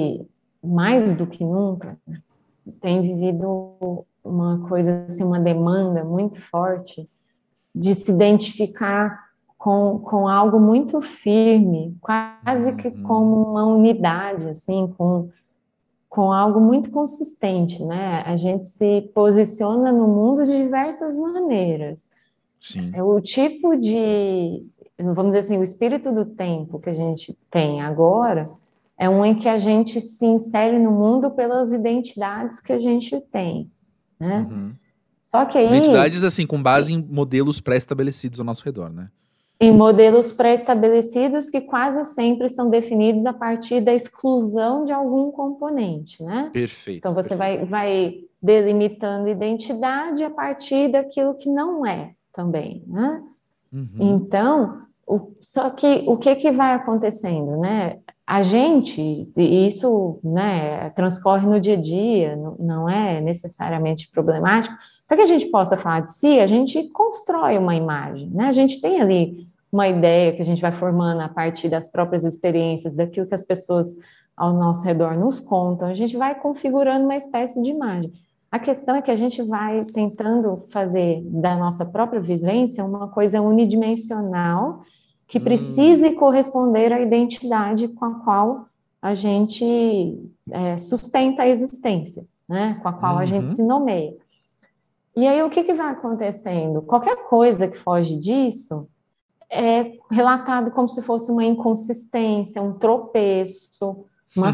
mais do que nunca, tem vivido uma coisa, assim, uma demanda muito forte de se identificar com, com algo muito firme, quase que Uhum. como uma unidade, assim, com, com algo muito consistente, né? A gente se posiciona no mundo de diversas maneiras. Sim. É o tipo de, vamos dizer assim, o espírito do tempo que a gente tem agora é um em que a gente se insere no mundo pelas identidades que a gente tem, né? Uhum. Só que aí, Identidades, assim, com base em modelos pré-estabelecidos ao nosso redor, né? em modelos pré-estabelecidos que quase sempre são definidos a partir da exclusão de algum componente, né? Então Perfeito, você perfeito. vai, vai delimitando identidade a partir daquilo que não é também, né? Uhum. Então, o, só que o que que vai acontecendo, né? A gente, e isso, né, transcorre no dia a dia, não, não é necessariamente problemático. Para que a gente possa falar de si, a gente constrói uma imagem, né? A gente tem ali uma ideia que a gente vai formando a partir das próprias experiências, daquilo que as pessoas ao nosso redor nos contam, a gente vai configurando uma espécie de imagem. A questão é que a gente vai tentando fazer da nossa própria vivência uma coisa unidimensional que Hum. precise corresponder à identidade com a qual a gente é, sustenta a existência, né? Com a qual a gente Uhum. se nomeia. E aí o que que vai acontecendo? Qualquer coisa que foge disso é relatado como se fosse uma inconsistência, um tropeço, uma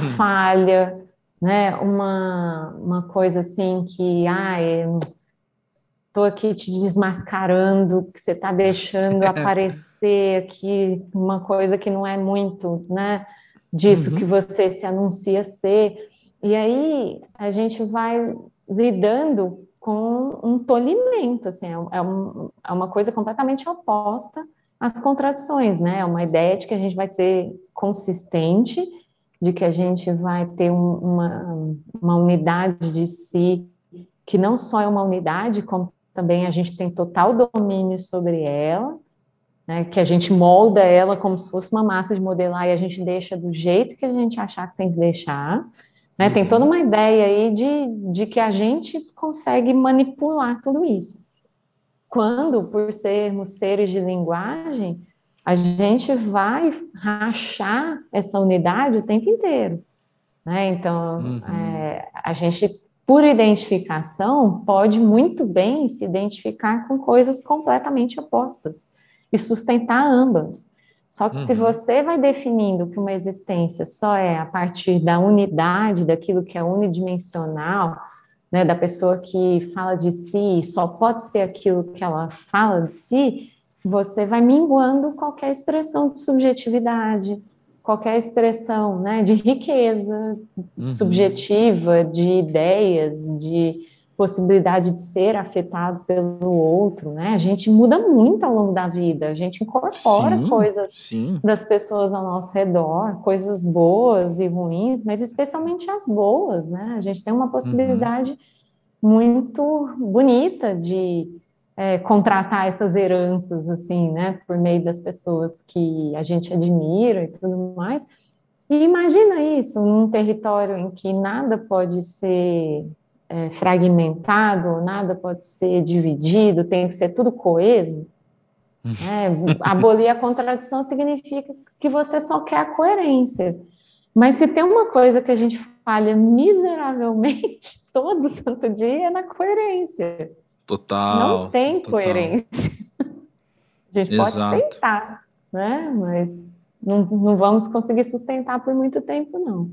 falha, né? Uma, uma coisa assim que, ah, é, estou aqui te desmascarando, que você está deixando aparecer aqui uma coisa que não é muito, né, disso que Uhum. você se anuncia ser. E aí a gente vai lidando com um tolimento, assim, é, um- é um- é uma coisa completamente oposta às contradições, né? É uma ideia de que a gente vai ser consistente, de que a gente vai ter um- uma, uma unidade de si, que não só é uma unidade, como também a gente tem total domínio sobre ela, né? Que a gente molda ela como se fosse uma massa de modelar e a gente deixa do jeito que a gente achar que tem que deixar. Né? Tem toda Uhum. uma ideia aí de, de que a gente consegue manipular tudo isso. Quando, por sermos seres de linguagem, a gente vai rachar essa unidade o tempo inteiro. Né? Então, Uhum. é, a gente, por identificação, pode muito bem se identificar com coisas completamente opostas e sustentar ambas. Só que se Uhum. você vai definindo que uma existência só é a partir da unidade, daquilo que é unidimensional, né, da pessoa que fala de si, só pode ser aquilo que ela fala de si, você vai minguando qualquer expressão de subjetividade, qualquer expressão, né, de riqueza Uhum. subjetiva, de ideias, de possibilidade de ser afetado pelo outro, né? A gente muda muito ao longo da vida, a gente incorpora Sim, coisas sim. das pessoas ao nosso redor, coisas boas e ruins, mas especialmente as boas, né? A gente tem uma Uhum. possibilidade muito bonita de é, contratar essas heranças, assim, né, por meio das pessoas que a gente admira e tudo mais. E imagina isso num território em que nada pode ser é, fragmentado, nada pode ser dividido, tem que ser tudo coeso. Né? Abolir a contradição significa que você só quer a coerência. Mas se tem uma coisa que a gente falha miseravelmente todo santo dia é na coerência. Não Total, tem total. coerência. A gente pode Exato. tentar, né? Mas não, não vamos conseguir sustentar por muito tempo, não.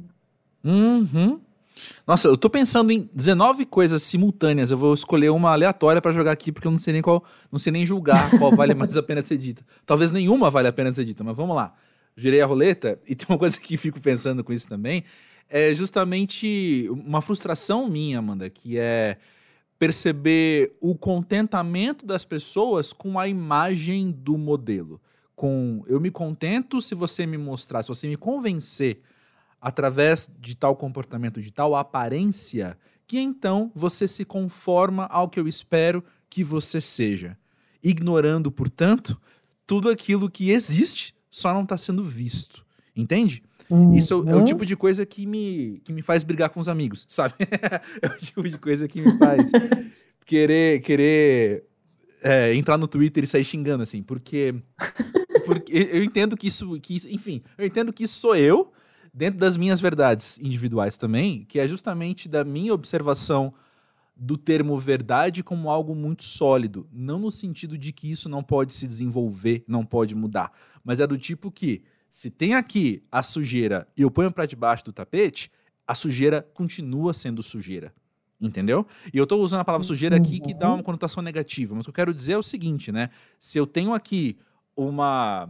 Uhum. Nossa, eu tô pensando em dezenove coisas simultâneas. Eu vou escolher uma aleatória pra jogar aqui, porque eu não sei nem qual, não sei nem julgar qual vale mais a pena ser dita. Talvez nenhuma vale a pena ser dita, mas vamos lá. Girei a roleta e tem uma coisa que fico pensando com isso também, é justamente uma frustração minha, Amanda, que é perceber o contentamento das pessoas com a imagem do modelo. Com eu me contento se você me mostrar, se você me convencer através de tal comportamento, de tal aparência, que então você se conforma ao que eu espero que você seja. Ignorando, portanto, tudo aquilo que existe, só não está sendo visto. Entende? Isso é o tipo Uhum. de coisa que me, que me faz brigar com os amigos, sabe? É o tipo de coisa que me faz querer, querer é, entrar no Twitter e sair xingando, assim, porque porque eu entendo que isso, que isso, enfim, eu entendo que isso sou eu, dentro das minhas verdades individuais também, que é justamente da minha observação do termo verdade como algo muito sólido, não no sentido de que isso não pode se desenvolver, não pode mudar, mas é do tipo que, se tem aqui a sujeira e eu ponho pra debaixo do tapete, a sujeira continua sendo sujeira. Entendeu? E eu tô usando a palavra sujeira aqui que dá uma Uhum. conotação negativa, mas o que eu quero dizer é o seguinte, né? Se eu tenho aqui uma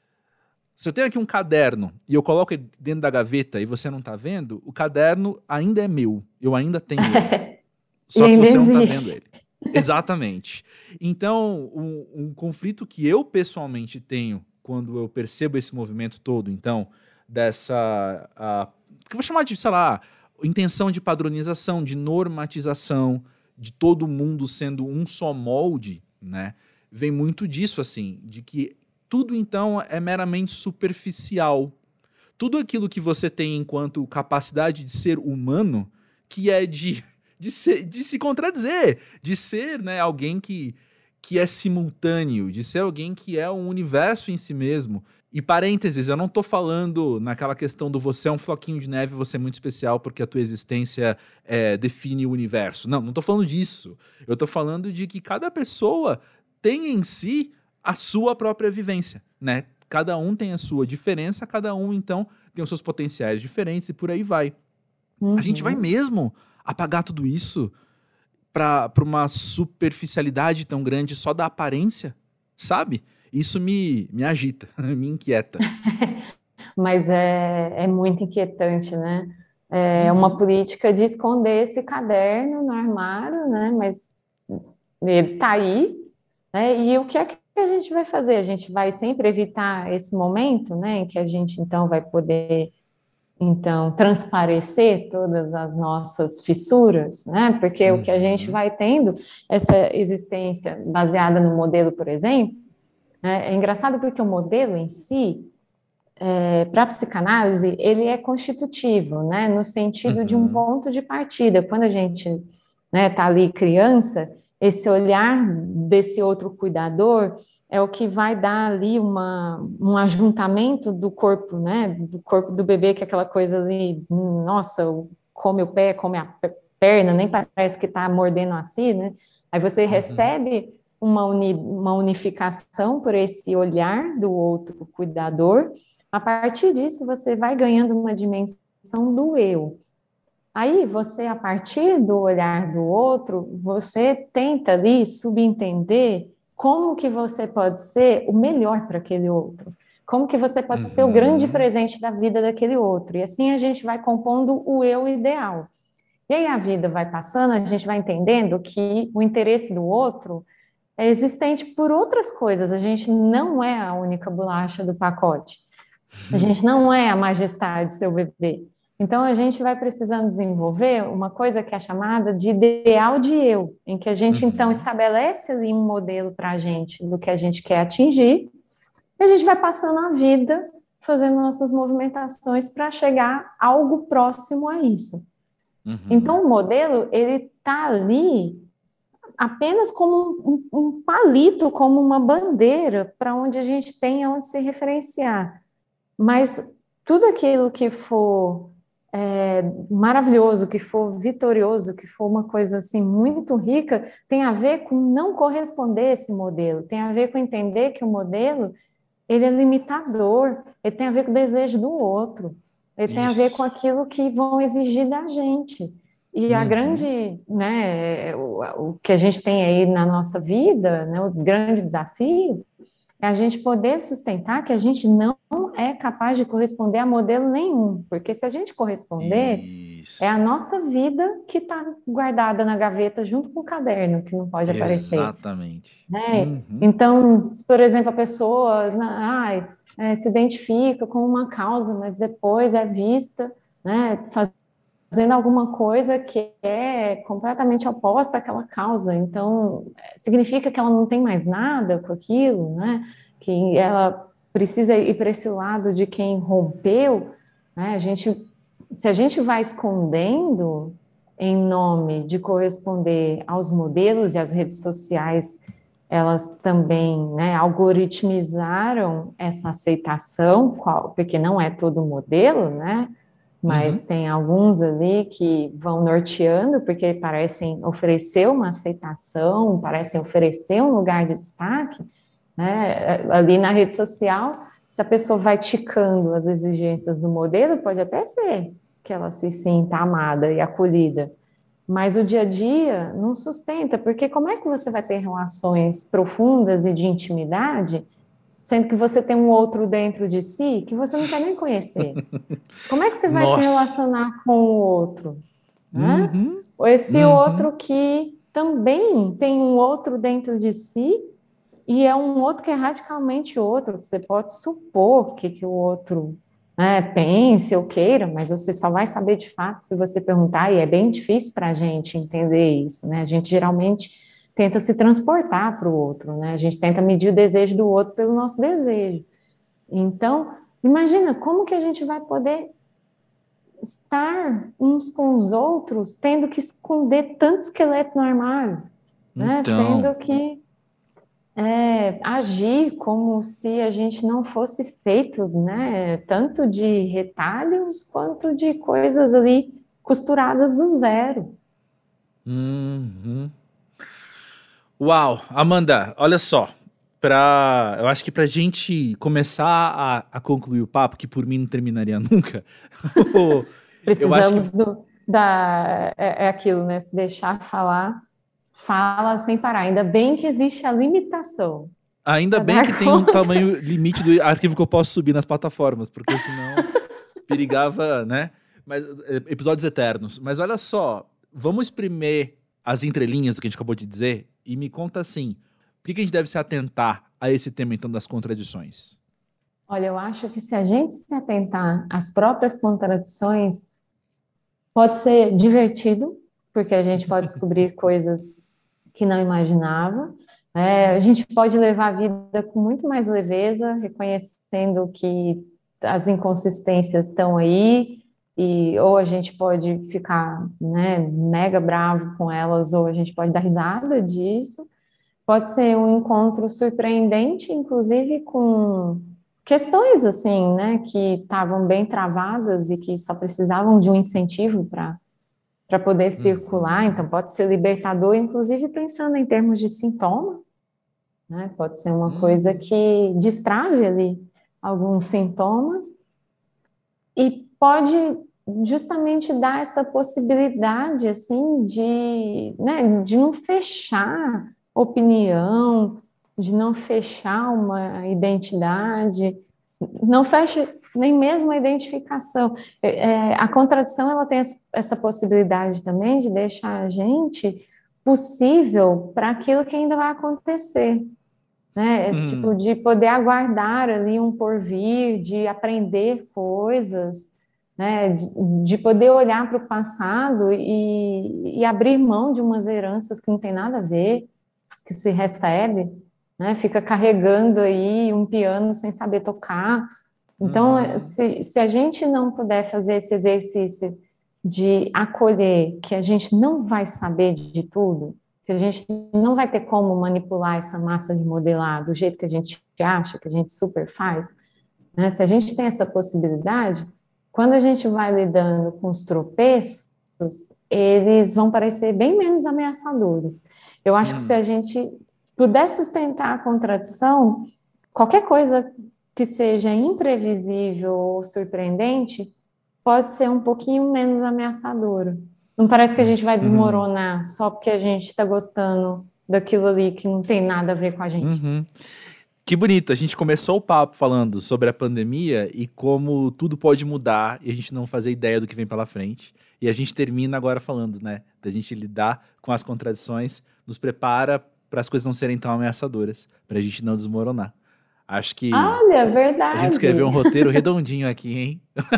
se eu tenho aqui um caderno e eu coloco ele dentro da gaveta e você não tá vendo, o caderno ainda é meu. Eu ainda tenho ele. E Só que ainda você não tá vendo existe. ele. Exatamente. Então, um, um conflito que eu pessoalmente tenho quando eu percebo esse movimento todo, então, dessa. A, que eu vou chamar de, sei lá, intenção de padronização, de normatização, de todo mundo sendo um só molde, né? Vem muito disso, assim, de que tudo então é meramente superficial. Tudo aquilo que você tem enquanto capacidade de ser humano, que é de, de, ser, de se contradizer, de ser, né, alguém que, que é simultâneo, de ser alguém que é um universo em si mesmo. E parênteses, eu não tô falando naquela questão do você é um floquinho de neve, você é muito especial porque a tua existência é, define o universo. Não, não tô falando disso. Eu tô falando de que cada pessoa tem em si a sua própria vivência, né? Cada um tem a sua diferença, cada um, então, tem os seus potenciais diferentes e por aí vai. A gente vai Uhum. mesmo apagar tudo isso pra, pra uma superficialidade tão grande só da aparência, sabe? Isso me, me agita, me inquieta. Mas é, é muito inquietante, né? É uma Uhum, política de esconder esse caderno no armário, né? Mas ele está aí, né? E o que é que a gente vai fazer? A gente vai sempre evitar esse momento, né? Em que a gente então vai poder então transparecer todas as nossas fissuras, né? Porque o que a gente uhum, vai tendo essa existência baseada no modelo, por exemplo, né? É engraçado porque o modelo em si para a psicanálise, ele é constitutivo, né, no sentido de um uhum, ponto de partida. Quando a gente está, né, ali criança, esse olhar desse outro cuidador é o que vai dar ali uma, um ajuntamento do corpo, né, do corpo do bebê, que é aquela coisa ali, nossa, come o pé, come a perna, nem parece que está mordendo assim, né? Aí você uhum. recebe uma, uni, uma unificação por esse olhar do outro cuidador. A partir disso, você vai ganhando uma dimensão do eu. Aí, você, a partir do olhar do outro, você tenta ali subentender como que você pode ser o melhor para aquele outro. Como que você pode ser o grande Uhum. presente da vida daquele outro. E assim a gente vai compondo o eu ideal. E aí a vida vai passando, a gente vai entendendo que o interesse do outro é existente por outras coisas. A gente não é a única bolacha do pacote. A gente não é a majestade seu bebê. Então, a gente vai precisando desenvolver uma coisa que é chamada de ideal de eu, em que a gente, então, Uhum. estabelece ali um modelo para a gente do que a gente quer atingir, e a gente vai passando a vida fazendo nossas movimentações para chegar algo próximo a isso. Uhum. Então, o modelo, ele está ali apenas como um, um palito, como uma bandeira para onde a gente tem onde se referenciar. Mas tudo aquilo que for é, maravilhoso, que for vitorioso, que for uma coisa assim muito rica, tem a ver com não corresponder a esse modelo, tem a ver com entender que o modelo ele é limitador, ele tem a ver com o desejo do outro, ele tem a ver com Isso. aquilo que vão exigir da gente. E a Uhum. grande, né, o, o que a gente tem aí na nossa vida, né, o grande desafio é a gente poder sustentar que a gente não é capaz de corresponder a modelo nenhum, porque se a gente corresponder, é Isso. a nossa vida que está guardada na gaveta junto com o caderno, que não pode aparecer, Exatamente. né? Uhum. Então, se, por exemplo, a pessoa ai, é, se identifica com uma causa, mas depois é vista, né, fazendo alguma coisa que é completamente oposta àquela causa. Então, significa que ela não tem mais nada com aquilo, né? Que ela precisa ir para esse lado de quem rompeu, né? A gente, se a gente vai escondendo em nome de corresponder aos modelos e as redes sociais, elas também, né, algoritmizaram essa aceitação, qual, porque não é todo modelo, né? Mas Uhum. tem alguns ali que vão norteando, porque parecem oferecer uma aceitação, parecem oferecer um lugar de destaque, né? Ali na rede social, se a pessoa vai ticando as exigências do modelo, pode até ser que ela se sinta amada e acolhida, mas o dia a dia não sustenta, porque como é que você vai ter relações profundas e de intimidade, sendo que você tem um outro dentro de si que você não quer nem conhecer? Como é que você vai se Nossa. relacionar com o outro, né? Uhum. Ou esse Uhum. outro que também tem um outro dentro de si e é um outro que é radicalmente outro, que você pode supor que, que o outro, né, pense ou queira, mas você só vai saber de fato se você perguntar, e é bem difícil para a gente entender isso, né? A gente geralmente tenta se transportar para o outro, né? A gente tenta medir o desejo do outro pelo nosso desejo. Então, imagina como que a gente vai poder estar uns com os outros, tendo que esconder tanto esqueleto no armário, né? Então, Tendo que é, agir como se a gente não fosse feito, né? Tanto de retalhos quanto de coisas ali costuradas do zero. uhum. Uau, Amanda, olha só. Pra, eu acho que pra gente começar a, a concluir o papo, que por mim não terminaria nunca, eu acho que Precisamos do, da, é, é aquilo, né? Se deixar falar. fala sem parar. Ainda bem que existe a limitação. Ainda Pra bem dar que tem um conta. tamanho limite do arquivo que eu posso subir nas plataformas, porque senão perigava, né? Mas, é, episódios eternos. Mas olha só, vamos espremer as entrelinhas do que a gente acabou de dizer e me conta assim, por que que a gente deve se atentar a esse tema, então, das contradições? Olha, eu acho que se a gente se atentar às próprias contradições, pode ser divertido, porque a gente pode descobrir coisas que não imaginava. É, a gente pode levar a vida com muito mais leveza, reconhecendo que as inconsistências estão aí, e ou a gente pode ficar, né, mega bravo com elas, ou a gente pode dar risada disso. Pode ser um encontro surpreendente, inclusive com questões assim, né, que estavam bem travadas e que só precisavam de um incentivo para para poder circular. Uhum. Então, pode ser libertador, inclusive pensando em termos de sintoma, né? Pode ser uma coisa Uhum. que destrave ali alguns sintomas e pode justamente dar essa possibilidade, assim, de, né, de não fechar opinião, de não fechar uma identidade, não fecha nem mesmo a identificação. É, a contradição, ela tem essa possibilidade também de deixar a gente possível para aquilo que ainda vai acontecer, né? Tipo, Uhum. de poder aguardar ali um porvir, de aprender coisas, né? De, de poder olhar para o passado e, e abrir mão de umas heranças que não tem nada a ver, que se recebe, né? Fica carregando aí um piano sem saber tocar. Então, Uhum. se, se a gente não puder fazer esse exercício de acolher que a gente não vai saber de tudo, que a gente não vai ter como manipular essa massa de modelar do jeito que a gente acha, que a gente super faz, né? Se a gente tem essa possibilidade, quando a gente vai lidando com os tropeços, eles vão parecer bem menos ameaçadores. Eu acho que se Uhum. a gente puder sustentar a contradição, qualquer coisa que seja imprevisível ou surpreendente pode ser um pouquinho menos ameaçadora. Não parece que a gente vai Uhum. desmoronar só porque a gente está gostando daquilo ali que não tem nada a ver com a gente. Uhum. Que bonito, a gente começou o papo falando sobre a pandemia e como tudo pode mudar e a gente não fazer ideia do que vem pela frente. E a gente termina agora falando, né, da gente lidar com as contradições, nos prepara para as coisas não serem tão ameaçadoras, para a gente não desmoronar. Acho que Olha, a gente escreveu um verdade. roteiro redondinho aqui, hein?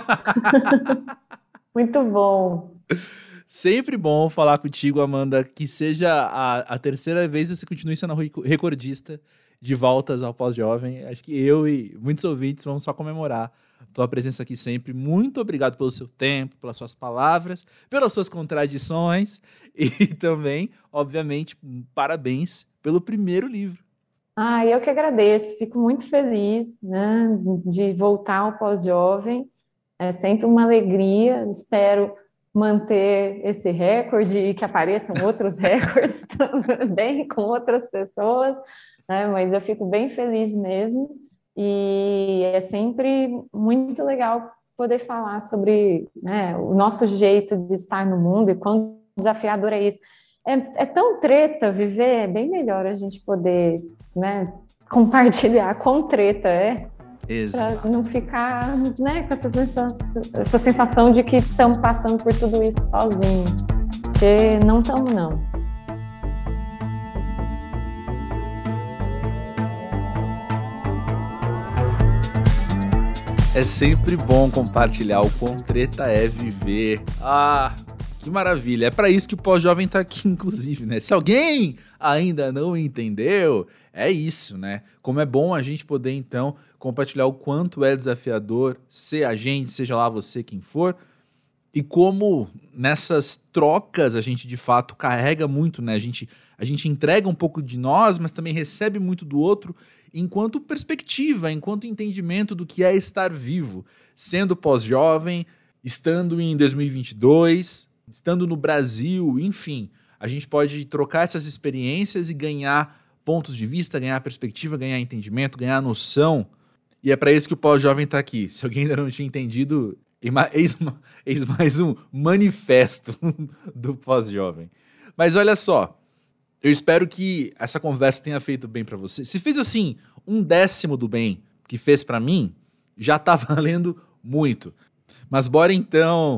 Muito bom. Sempre bom falar contigo, Amanda, que seja a, a terceira vez que você continue sendo recordista de voltas ao Pós-Jovem. Acho que eu e muitos ouvintes vamos só comemorar tua presença aqui sempre. Muito obrigado pelo seu tempo, pelas suas palavras, pelas suas contradições e também, obviamente, parabéns pelo primeiro livro. Ah, eu que agradeço. Fico muito feliz, né, de voltar ao Pós-Jovem. É sempre uma alegria. Espero manter esse recorde e que apareçam outros recordes também com outras pessoas, né? Mas eu fico bem feliz mesmo. E é sempre muito legal poder falar sobre, né, o nosso jeito de estar no mundo e quão desafiador é isso. É, é tão treta viver, é bem melhor a gente poder, né, compartilhar quão treta é, para Exato. não ficar, né, com essa sensação, essa sensação de que estamos passando por tudo isso sozinhos, porque não estamos, não. É sempre bom compartilhar o quão treta é viver. Ah, que maravilha. É pra isso que o Pós-Jovem tá aqui, inclusive, né? Se alguém ainda não entendeu, é isso, né? Como é bom a gente poder, então, compartilhar o quanto é desafiador ser a gente, seja lá você quem for, e como nessas trocas a gente, de fato, carrega muito, né? A gente, a gente entrega um pouco de nós, mas também recebe muito do outro, enquanto perspectiva, enquanto entendimento do que é estar vivo, sendo pós-jovem, estando em dois mil e vinte e dois, estando no Brasil, enfim. A gente pode trocar essas experiências e ganhar pontos de vista, ganhar perspectiva, ganhar entendimento, ganhar noção. E é para isso que o Pós-Jovem está aqui. Se alguém ainda não tinha entendido, eis, eis mais um manifesto do Pós-Jovem. Mas olha só, Eu espero que essa conversa tenha feito bem pra você. Se fez assim, um décimo do bem que fez pra mim, já tá valendo muito. Mas bora então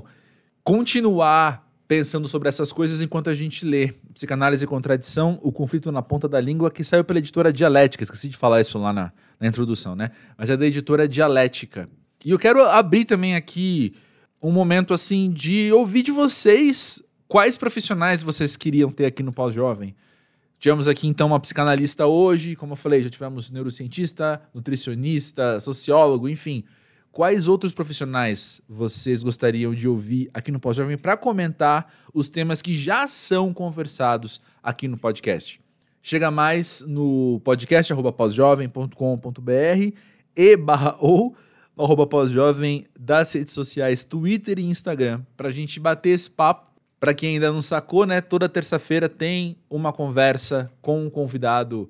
continuar pensando sobre essas coisas enquanto a gente lê Psicanálise e Contradição, O Conflito na Ponta da Língua, que saiu pela editora Dialética. Esqueci de falar isso lá na, na introdução, né? Mas é da editora Dialética. E eu quero abrir também aqui um momento assim de ouvir de vocês quais profissionais vocês queriam ter aqui no Pós-Jovem. Tivemos aqui então uma psicanalista hoje, como eu falei, já tivemos neurocientista, nutricionista, sociólogo, enfim. Quais outros profissionais vocês gostariam de ouvir aqui no Pós-Jovem para comentar os temas que já são conversados aqui no podcast? Chega mais no podcast arroba pós-jovem ponto com ponto b r e barra ou no arroba pós-jovem das redes sociais Twitter e Instagram para a gente bater esse papo. Para quem ainda não sacou, né, toda terça-feira tem uma conversa com um convidado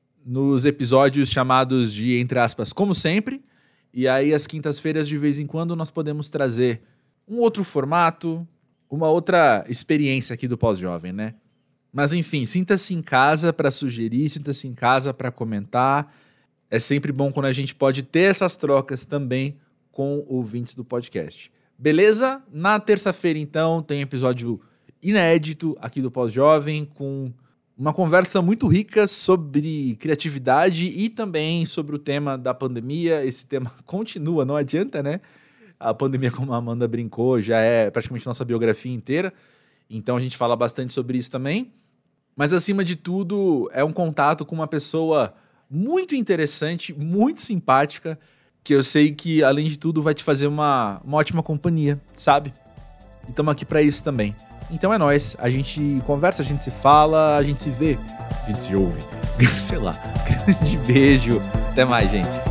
nos episódios chamados de, entre aspas, como sempre. E aí, às quintas-feiras, de vez em quando, nós podemos trazer um outro formato, uma outra experiência aqui do Pós-Jovem, né? Mas, enfim, sinta-se em casa para sugerir, sinta-se em casa para comentar. É sempre bom quando a gente pode ter essas trocas também com ouvintes do podcast. Beleza? Na terça-feira, então, tem episódio inédito aqui do Pós-Jovem, com uma conversa muito rica sobre criatividade e também sobre o tema da pandemia. Esse tema continua, não adianta, né? A pandemia, como a Amanda brincou, já é praticamente nossa biografia inteira. Então a gente fala bastante sobre isso também. Mas, acima de tudo, é um contato com uma pessoa muito interessante, muito simpática, que eu sei que, além de tudo, vai te fazer uma, uma ótima companhia, sabe? E estamos aqui para isso também. Então é nóis, a gente conversa, a gente se fala, a gente se vê, a gente se ouve. Sei lá. Grande beijo. Até mais, gente.